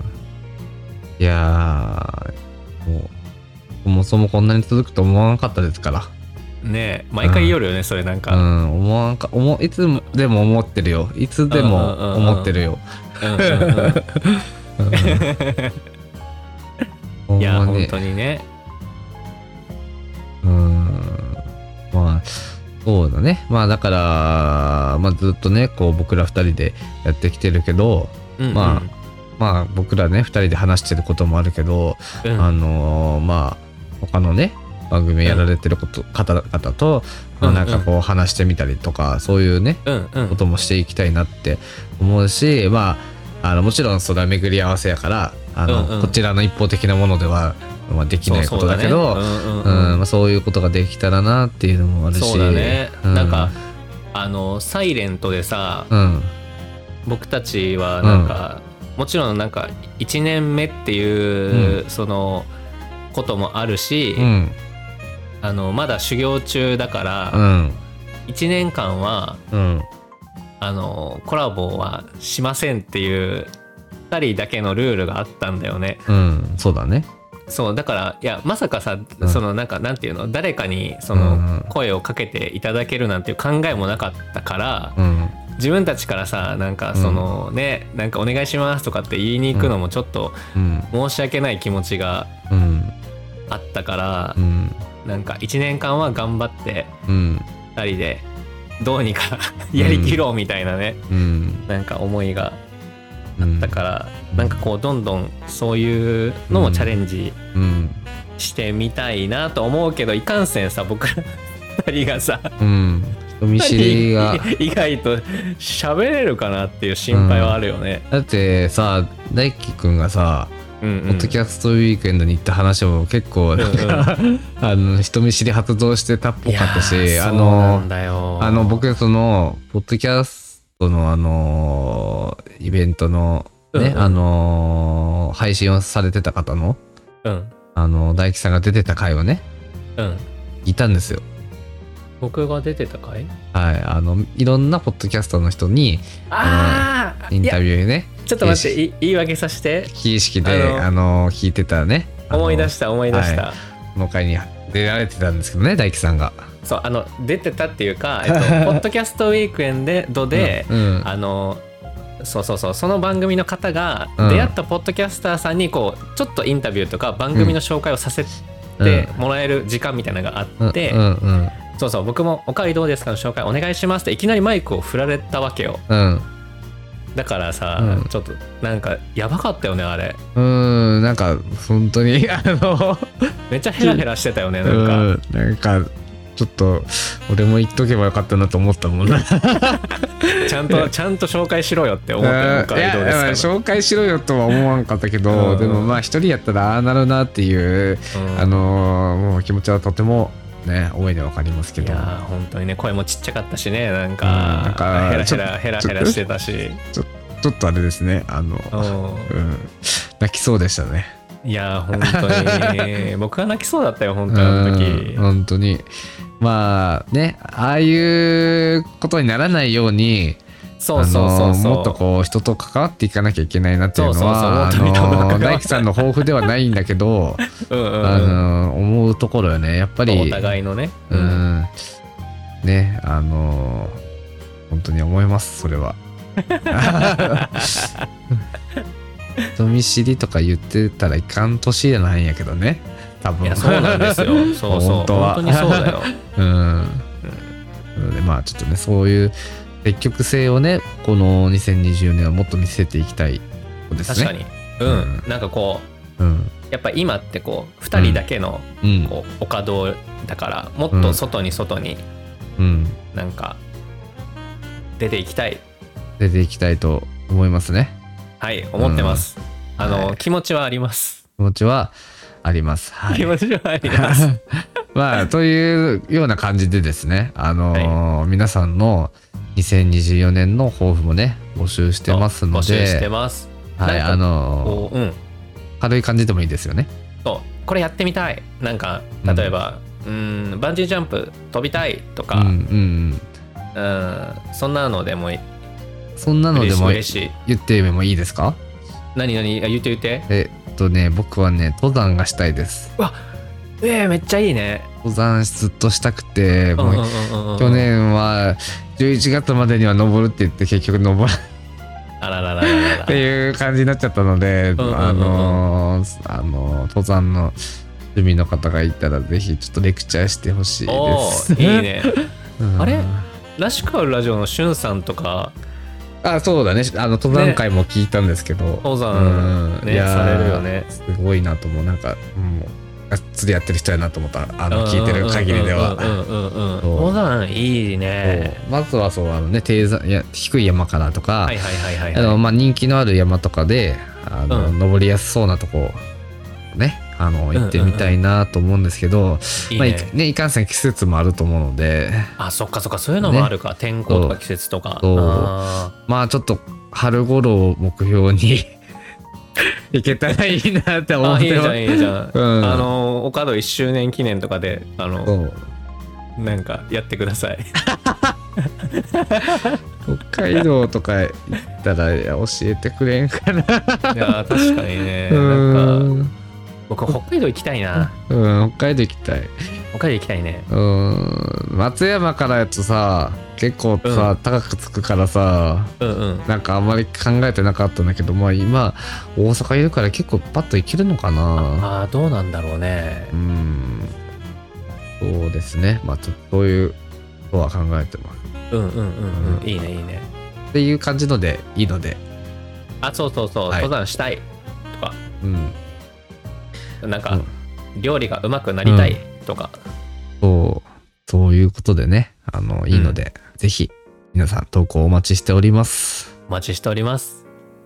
Speaker 1: いやもうそもそもこんなに続くと思わなかったですから
Speaker 2: ねえ毎回言うよね、うん、それなんか、
Speaker 1: うん、思わんか思いつでも思ってるよいつでも思ってるよ
Speaker 2: いや本当にね。
Speaker 1: うーんまあそうだね。まあだから、まあ、ずっとねこう僕らふたりでやってきてるけど、うんうん、まあまあ僕らねふたりで話してることもあるけど、うん、あのー、まあ他のね番組やられてること、うん、方々と、まあ、なんかこう話してみたりとか、うんうん、そういうね、うんうん、こともしていきたいなって思うし、まああのもちろんそれは巡り合わせやからあの、うんうん、こちらの一方的なものではまあ、できないことだけど、そういうことができたらなっていうのもあるし、
Speaker 2: そうだね、うん、なんかあのサイレントでさ、うん、僕たちはなんか、うん、もちろんなんかいちねんめっていう、うん、そのこともあるし、うん、あのまだ修行中だから、うん、いちねんかんは、うん、あのコラボはしませんっていうふたりだけのルールがあったんだよね。
Speaker 1: うん、そうだね。
Speaker 2: そうだからいやまさかさ、うん、そのなんかなんていうの誰かにその声をかけていただけるなんていう考えもなかったから、うん、自分たちからさなんかその、うん、ねなんかお願いしますとかって言いに行くのもちょっと申し訳ない気持ちがあったから、うん、なんかいちねんかんは頑張ってふたりでどうにかやりきろうみたいなね、うん、なんか思いがあったから、うん、なんかこうどんどんそういうのもチャレンジしてみたいなと思うけど、いかんせんさ僕らふたりがさ、うん、
Speaker 1: 人見知りが
Speaker 2: 意外と喋れるかなっていう心配はあるよね、
Speaker 1: うん、だってさ大輝くんがさうんうん、ポッドキャストウィークエンドに行った話も結構なんか、うんうん、あの人見知り発動してたっぽかったし、あのあの僕そのポッドキャストのあのイベントのね、うんうん、あの配信をされてた方の、うん、あの大輝さんが出てた回をね、うん、いたんですよ。
Speaker 2: 僕が出てた回？
Speaker 1: はい、あのいろんなポッドキャストの人にああインタビューね。
Speaker 2: ちょっと待って言い訳させて。
Speaker 1: 非意識であの、あの聞いてたね。
Speaker 2: 思い出した思い出した。はい、
Speaker 1: この回に出られてたんですけどね大輝さんが。
Speaker 2: そうあの出てたっていうか、えっと、ポッドキャストウィークエンドで、うんうん、あのそうそうそうその番組の方が出会ったポッドキャスターさんにこうちょっとインタビューとか番組の紹介をさせてもらえる時間みたいなのがあって、うんうんうん、そうそう僕もおかわりどうですかの紹介お願いしますっていきなりマイクを振られたわけよ。うんだからさ、うん、ちょっとなんかやばかったよねあれ。
Speaker 1: うーんなんか本当にあの
Speaker 2: めっちゃヘラヘラしてたよねなんか。
Speaker 1: うんなんかちょっと俺も言っとけばよかったなと思ったもんな。
Speaker 2: ちゃんとちゃんと紹介しろよって思ったのか。
Speaker 1: いやどうですか、紹介しろよとは思わんかったけど、うん、でもまあ一人やったらああなるなっていう、うん、あのもう気持ちはとてもね思いでわかりますけど。
Speaker 2: いや本当にね声もちっちゃかったしねなんか、うん、なんかヘラヘラヘラヘラしてたし
Speaker 1: ちょちょっとあれですねあの、うん、泣きそうでしたね。
Speaker 2: いや本当に僕は泣きそうだったよ本当にあの時。
Speaker 1: 本当にまあねああいうことにならないように
Speaker 2: そうそうそうそう
Speaker 1: もっとこう人と関わっていかなきゃいけないなっていうのは大輝さんの抱負ではないんだけどうんうん、うん、あの思うところよねやっぱり
Speaker 2: お互いのね、
Speaker 1: うん、ねあの本当に思いますそれは。人見知りとか言ってたらいかん年じゃないんやけどね多分。
Speaker 2: いやそうなんですよそうそう本当は本当にそうだよ。うん、うん、
Speaker 1: でまあちょっとねそういう積極性をねこのにせんにじゅうねんはもっと見せていきたいですね。
Speaker 2: 確かに、うん、うん、なんかこう、うん、やっぱ今ってこうふたりだけのこう、うん、お稼働だからもっと外に外に、うん、なんか出ていきたい
Speaker 1: 出ていきたいと思いますね。
Speaker 2: はい思ってます、うん、あの、はい、気持ちはあります
Speaker 1: 気持ちはあります、はい、
Speaker 2: 気持ちはあります
Speaker 1: まあというような感じでですねあのーはい、皆さんのにせんにじゅうよねんの抱負もね募集してますので募集
Speaker 2: してます
Speaker 1: はいあのーうん、軽い感じでもいいですよね。
Speaker 2: そうこれやってみたいなんか例えば、うん、うんバンジージャンプ飛びたいとか、うんうんうん、そんなのでもいい
Speaker 1: そんなのでも言ってもいいですか？
Speaker 2: 何何言って言って
Speaker 1: えっとね僕はね登山がしたいです。
Speaker 2: うわえー、めっちゃいいね。
Speaker 1: 登山ずっとしたくてもう去年はじゅういちがつまでには登るって言って結局登ら
Speaker 2: あらららららら
Speaker 1: っていう感じになっちゃったので、
Speaker 2: うんうんうんうん、
Speaker 1: あのー、あのー、登山の趣味の方がいたらぜひちょっとレクチャーしてほしいです。
Speaker 2: おいいね、
Speaker 1: うん、
Speaker 2: あれらしくあるラジオのしゅんさんとか、
Speaker 1: あ、そうだね、あの登山会も聞いたんですけど、ね、
Speaker 2: 登山、ね、されるよね。
Speaker 1: すごいなと思う。なんかもうがっつりやってる人やなと思った、あの聞いてる限りでは。
Speaker 2: 登山いいね。
Speaker 1: まずはそうあのね、低山、いや低い山からとか、
Speaker 2: はいはいはいはい、はい、
Speaker 1: あのまあ人気のある山とかであの、うん、登りやすそうなとこね、あの行ってみたいなと思うんですけど、うんうんうん、まあいい ね, ねいかんせん季節もあると思うので、
Speaker 2: あ、そっかそっか、そういうのもあるか、ね、天候とか季節とか。
Speaker 1: あ、まあちょっと春頃を目標にいけたらいいなって思ってます。
Speaker 2: あ、いいじゃんいいじゃん、うん、あの岡戸いっしゅうねん記念とかであのなんかやってください
Speaker 1: 北海道とか行ったら教えてくれんかな。い
Speaker 2: や確かにね、なんか僕北海道行きたいな。
Speaker 1: うん、北海道行きたい。
Speaker 2: 北海道行きたいね。
Speaker 1: うん、松山からやとさ結構さ、うん、高くつくからさ、うんうん、なんかあんまり考えてなかったんだけど、まあ今大阪いるから結構パッと行けるのかな。
Speaker 2: ああ、どうなんだろうね。
Speaker 1: うん、そうですね。まあちょっとそういうことは考えてます。
Speaker 2: うんうんうんうん、うん、いいねいいね。
Speaker 1: っていう感じのでいいので。
Speaker 2: あ、そうそうそう、はい、登山したいとか。うん。なんか、うん、料理がうまくなりたいとか、
Speaker 1: うん、そうそういうことでね、あのいいので、うん、ぜひ皆さん投稿お待ちしております。
Speaker 2: お待ちしております。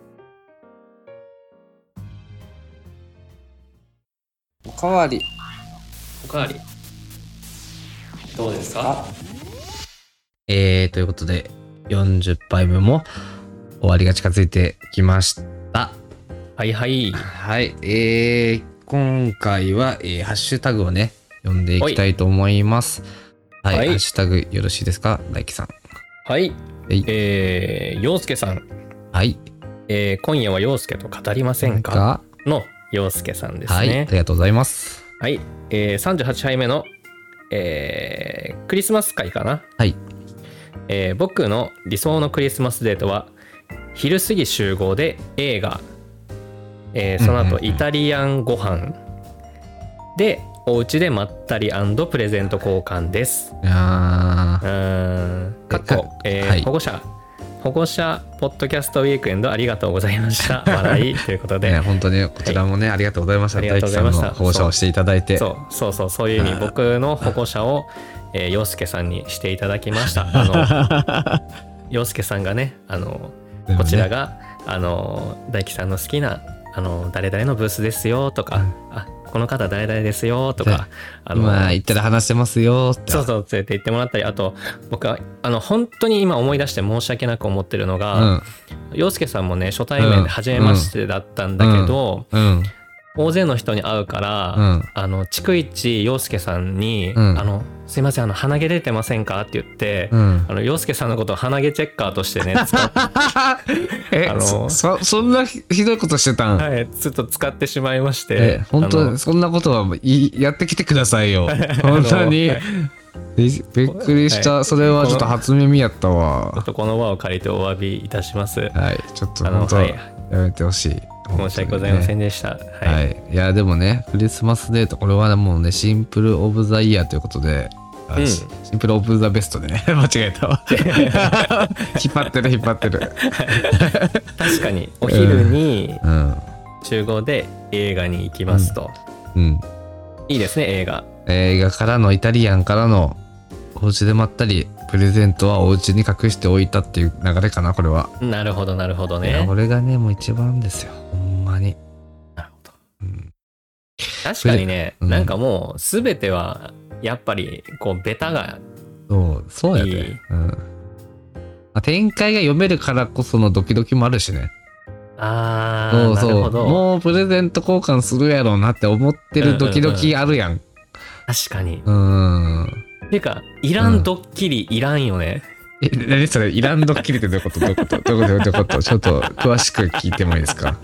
Speaker 3: おかわり
Speaker 2: おかわりどうですか。
Speaker 1: えー、ということでよんじゅっぱいめも終わりが近づいてきました。
Speaker 2: はいはい
Speaker 1: はい、えー今回は、えー、ハッシュタグをね読んでいきたいと思います。はい、はい、ハッシュタグよろしいですか、大輝さん。
Speaker 2: はい、はい、えー、陽介さん。
Speaker 1: はい、
Speaker 2: えー、今夜は陽介と語りませんかの陽介さんですね。はい、
Speaker 1: ありがとうございます。
Speaker 2: はい、えー、さんじゅうはちはいめの、えー、クリスマス会かな。
Speaker 1: はい、
Speaker 2: えー、僕の理想のクリスマスデートは昼過ぎ集合で映画、えー、その後イタリアンご飯でお家でまったり&プレゼント交換です。
Speaker 1: あ
Speaker 2: ーかっこ、えーはい、保護者保護者ポッドキャストウィークエンドありがとうございました笑いということで、
Speaker 1: ね、本当にこちらもね、はい、ありがとうございました。大輝さんの保護者をしていただいて、
Speaker 2: そうそうそうそういう意味僕の保護者をえー、陽介さんにしていただきました。あの陽介さんがね、あのこちらが、ね、あの大輝さんの好きなあの誰々のブースですよとか、うん、あこの方誰々ですよとか、
Speaker 1: あのまあ言ったら話してますよって、
Speaker 2: そうそう連れて行ってもらったり、あと僕はあの本当に今思い出して申し訳なく思ってるのが、陽介、うん、さんもね初対面で初めましてだったんだけど、うんうんうん、大勢の人に会うから、うん、あの逐一陽介さんに、うん、あのすいませんあの鼻毛出てませんかって言って、うん、あの陽介さんのことを鼻毛チェッカーとしてね使って
Speaker 1: えあの そ, そんなひどいことしてたん。
Speaker 2: はい、ちょっと使ってしまいまして、
Speaker 1: え本当そんなことはいやってきてくださいよ本当に、はい、びっくりした、はい、それはちょっと初耳やったわ。
Speaker 2: ちょっとこの場を借りてお詫びいたします。
Speaker 1: はい、ちょっと本当、はい、やめてほしい。
Speaker 2: 申し訳ございませんでした。はい、
Speaker 1: はい、いやでもねクリスマスデートこれはもうねシンプルオブザイヤーということで、うん、シンプルオブザベストでね間違えたわ引っ張ってる引っ張ってる
Speaker 2: 確かにお昼に集合で映画に行きますと、うんうん、いいですね。映画
Speaker 1: 映画からのイタリアンからのお家でまったりプレゼントはお家に隠しておいたっていう流れかなこれは。
Speaker 2: なるほどなるほどね。
Speaker 1: これがねもう一番ですよほんまに。
Speaker 2: なるほど、うん、確かにね、うん、なんかもう全てはやっぱりこうベタが
Speaker 1: そうそうやで、うん、展開が読めるからこそのドキドキもあるしね。
Speaker 2: あーそうそうなるほど。
Speaker 1: もうプレゼント交換するやろうなって思ってるドキドキあるやん、うんうんうん、
Speaker 2: 確かに。
Speaker 1: うん
Speaker 2: てかいらんドッキリいらんよね、
Speaker 1: うん、え何それいらんドッキリってどういうことどういうことどういうことどういうことちょっと詳しく聞いてもいいですか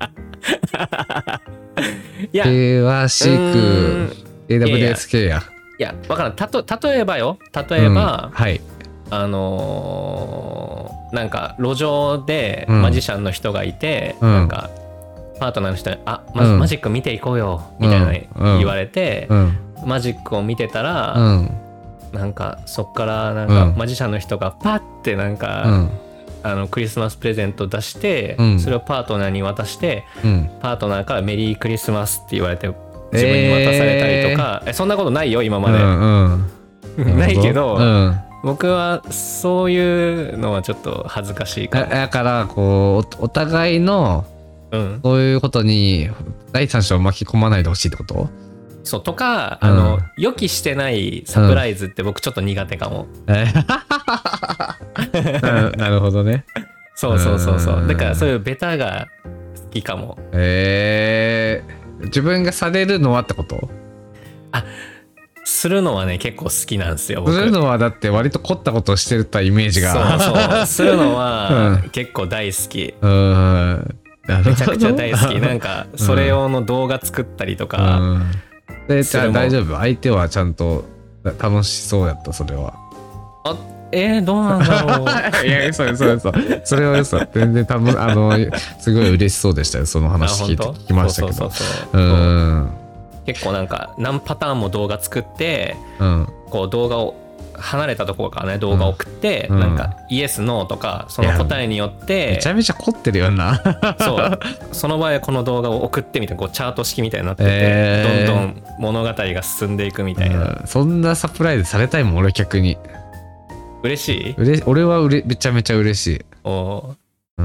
Speaker 1: いや詳しく エーダブリューエスケー や
Speaker 2: いやわからんたと例えばよ例えば、
Speaker 1: うん、はい
Speaker 2: あのー、なんか路上でマジシャンの人がいて、うん、なんかパートナーの人に「あ、ま、マジック見ていこうよ」みたいな言われて、うん、マジックを見てたら、うん、なんかそっからなんかマジシャンの人がパッてなんか、うん、あのクリスマスプレゼント出して、うん、それをパートナーに渡して、うん、パートナーからメリークリスマスって言われて自分に渡されたりとか、えー、えそんなことないよ今まで、うんうん、ないけど、うん、僕はそういうのはちょっと恥ずかしいかも。
Speaker 1: だからこう お, お互いのうん、そういうことに第三者を巻き込まないでほしいってこと？
Speaker 2: そうとか、うん、あの予期してないサプライズって僕ちょっと苦手かも、うん、
Speaker 1: な, なるほどね。
Speaker 2: そうそうそうそう、だからそういうベタが好きかも。
Speaker 1: えー、自分がされるのはってこと？
Speaker 2: あ、するのはね結構好きなんですよ僕。
Speaker 1: するのはだって割と凝ったことをしてたイメージが。
Speaker 2: そうそうするのは結構大好き。うん、めちゃくちゃ大好き。なんかそれ用の動画作ったりとか、うん、
Speaker 1: でじゃあ大丈夫？相手はちゃんと楽しそうやった？それは。
Speaker 2: あ、えー、どうなんだろう。
Speaker 1: いやそうそうそうそれは嘘。全然多分あのすごい嬉しそうでしたよ。その話聞いて聞きましたけど。そうそうそうそう、うん、
Speaker 2: 結構なんか何パターンも動画作って、うん、こう動画を離れたところからね動画を送って、うん、なんかイエスノーとかその答えによって
Speaker 1: めちゃめちゃ凝ってるよな。
Speaker 2: そうその場合この動画を送ってみたいなこうチャート式みたいになってて、えー、どんどん物語が進んでいくみたいな、
Speaker 1: うん、そんなサプライズされたいもん俺逆に。
Speaker 2: 嬉しい？
Speaker 1: うれ俺はうれめちゃめちゃ嬉しい。
Speaker 2: お、
Speaker 1: うん、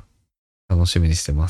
Speaker 1: 楽しみにしてます。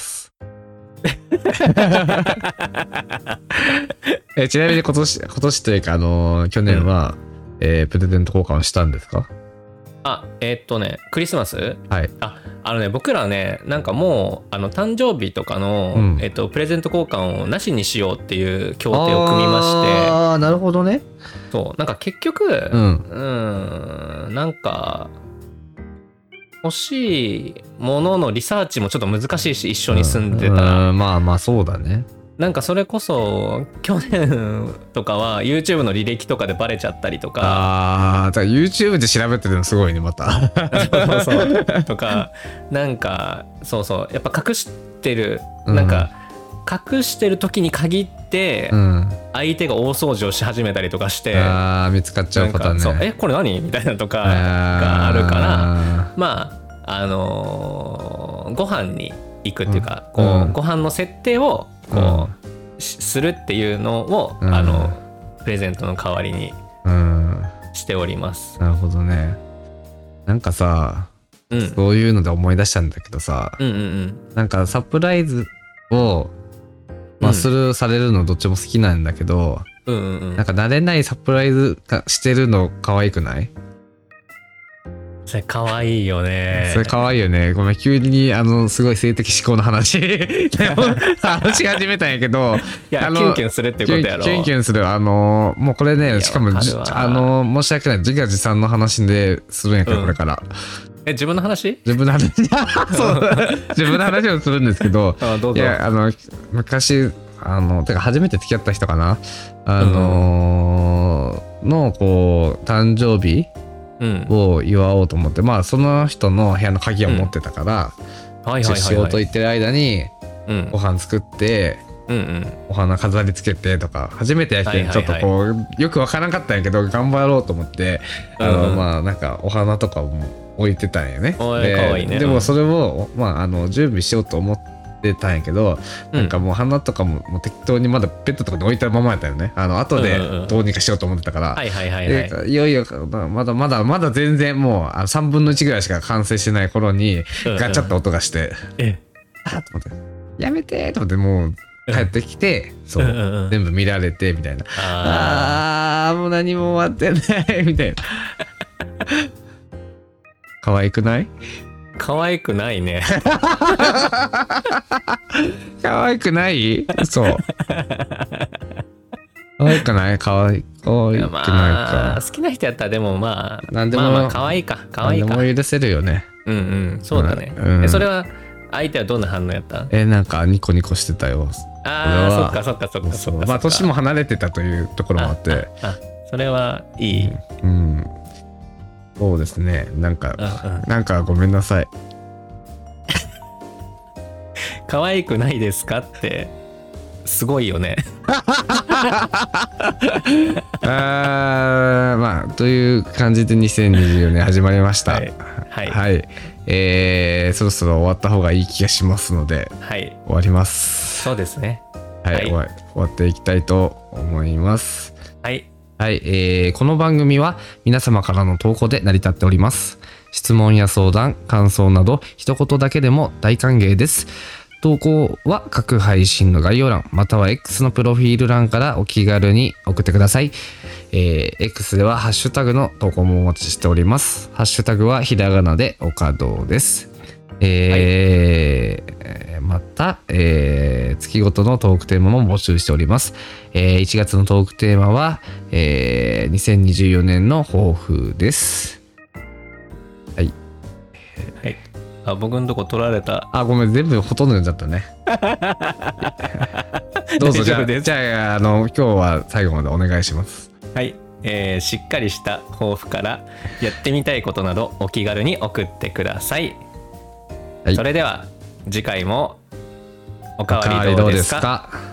Speaker 1: えちなみに今年今年というかあのー、去年は、うん、えー、プレゼント交換をしたんですか？
Speaker 2: あ、えー、っとねクリスマス？
Speaker 1: はい。
Speaker 2: あ、あのね僕らねなんかもうあの誕生日とかの、うん、えー、っとプレゼント交換をなしにしようっていう協定を組みまして。
Speaker 1: ああなるほどね。
Speaker 2: そうなんか結局うん、うんなんか欲しいもののリサーチもちょっと難しいし一緒に住んでたら、
Speaker 1: うんうん、まあまあそうだね。
Speaker 2: なんかそれこそ去年とかは YouTube の履歴とかでバレちゃったりとか。
Speaker 1: ああ、だから YouTube で調べてるのすごいねまた。
Speaker 2: そうそうそうとかなんかそうそうやっぱ隠してる、うん、なんか隠してる時に限って相手が大掃除をし始めたりとかして、うん、
Speaker 1: あー見つかっちゃうパターンね。
Speaker 2: そうえこれ何みたいなとかがあるからまああのー、ご飯に行くっていうか、うん、こう、うん、ご飯の設定をこう、うん、するっていうのを、うん、あのプレゼントの代わりにしております、
Speaker 1: うん、なるほどね。なんかさ、うん、そういうので思い出したんだけどさ、うんうんうん、なんかサプライズをまあ、する、うん、されるのどっちも好きなんだけど、うんうんうん、なんか慣れないサプライズしてるの可愛くない？
Speaker 2: それ可愛いよね。
Speaker 1: それ可愛いよね。ごめん急にあのすごい性的思考の話話し始めたんやけど、
Speaker 2: いやあのキュンキュンするってことやろ。
Speaker 1: キュンキュンするあのもうこれねしかもあの申し訳ない自画自賛の話でするんやけど、うん、これから。
Speaker 2: え自分の話？
Speaker 1: 自分の話そう自分の話をするんですけど、あどうぞ。いやあの昔あのてか初めて付き合った人かなあのーうん、のこう誕生日を祝おうと思って、うん、まあその人の部屋の鍵を持ってたから、うん、仕事行ってる間にご飯作って、うんうん、お花飾りつけてとか初めてやけんちょっとこうよくわからなかったんやけど頑張ろうと思って、うんうん、あのまあなんかお花とかも置いてたんやね。で, かわいいね。でもそれを、まあ、あの準備しようと思ってたんやけど、うん、なんかもう花とか も, もう適当にまだベッドとかに置いたままやったよね。あの後でどうにかしようと思ってたから、いよいよまだまだまだ全然もうあのさんぶんのいちぐらいしか完成してない頃にガチャッと音がして、うんうん、あっと思ってやめてと思ってもう帰ってきて、うん、そう、うんうん、全部見られてみたいな、あーもう何も終わってないみたいな。可愛くない？
Speaker 2: 可愛くないね。
Speaker 1: 可愛くない？そう可愛くない？可愛い可愛くないか、
Speaker 2: まあ、好きな人やったらでもまあ何でも、まあまあ可愛いか可愛いか
Speaker 1: 何でも許せるよね。
Speaker 2: うんうんそうだね、うん、えそれは相手はどんな反応やった？
Speaker 1: えなんかニコニコしてたよ。
Speaker 2: ああそっかそっかそっかそっか。
Speaker 1: まあ年も離れてたというところもあって、
Speaker 2: ああそれはいい、
Speaker 1: うん、うんそうですね。なんか、
Speaker 2: うんうん、
Speaker 1: なんかごめんなさい。
Speaker 2: 可愛くないですかってすごいよね。
Speaker 1: あまあという感じでにせんにじゅうよねん始まりました。はい、
Speaker 2: はい、
Speaker 1: はい、えー、そろそろ終わった方がいい気がしますので、はい、終わります。
Speaker 2: そうですね。
Speaker 1: はい、はい、終わ、終わっていきたいと思います。
Speaker 2: はい。
Speaker 1: はい、えー、この番組は皆様からの投稿で成り立っております。質問や相談、感想など一言だけでも大歓迎です。投稿は各配信の概要欄または X のプロフィール欄からお気軽に送ってください。えー、X ではハッシュタグの投稿もお待ちしております。ハッシュタグはひらがなで岡堂です。えーはい、また、えー、月ごとのトークテーマも募集しております。えー、いちがつのトークテーマは、えー、にせんにじゅうよねんの抱負です。はい。
Speaker 2: はい。あ、僕のとこ取られた。
Speaker 1: あ、ごめん、全部ほとんど読んじゃったね。どうぞじゃあ、じゃあ、あの今日は最後までお願いします。
Speaker 2: はい、えー、しっかりした抱負からやってみたいことなどお気軽に送ってください。はい、それでは次回もおかわりどうですか？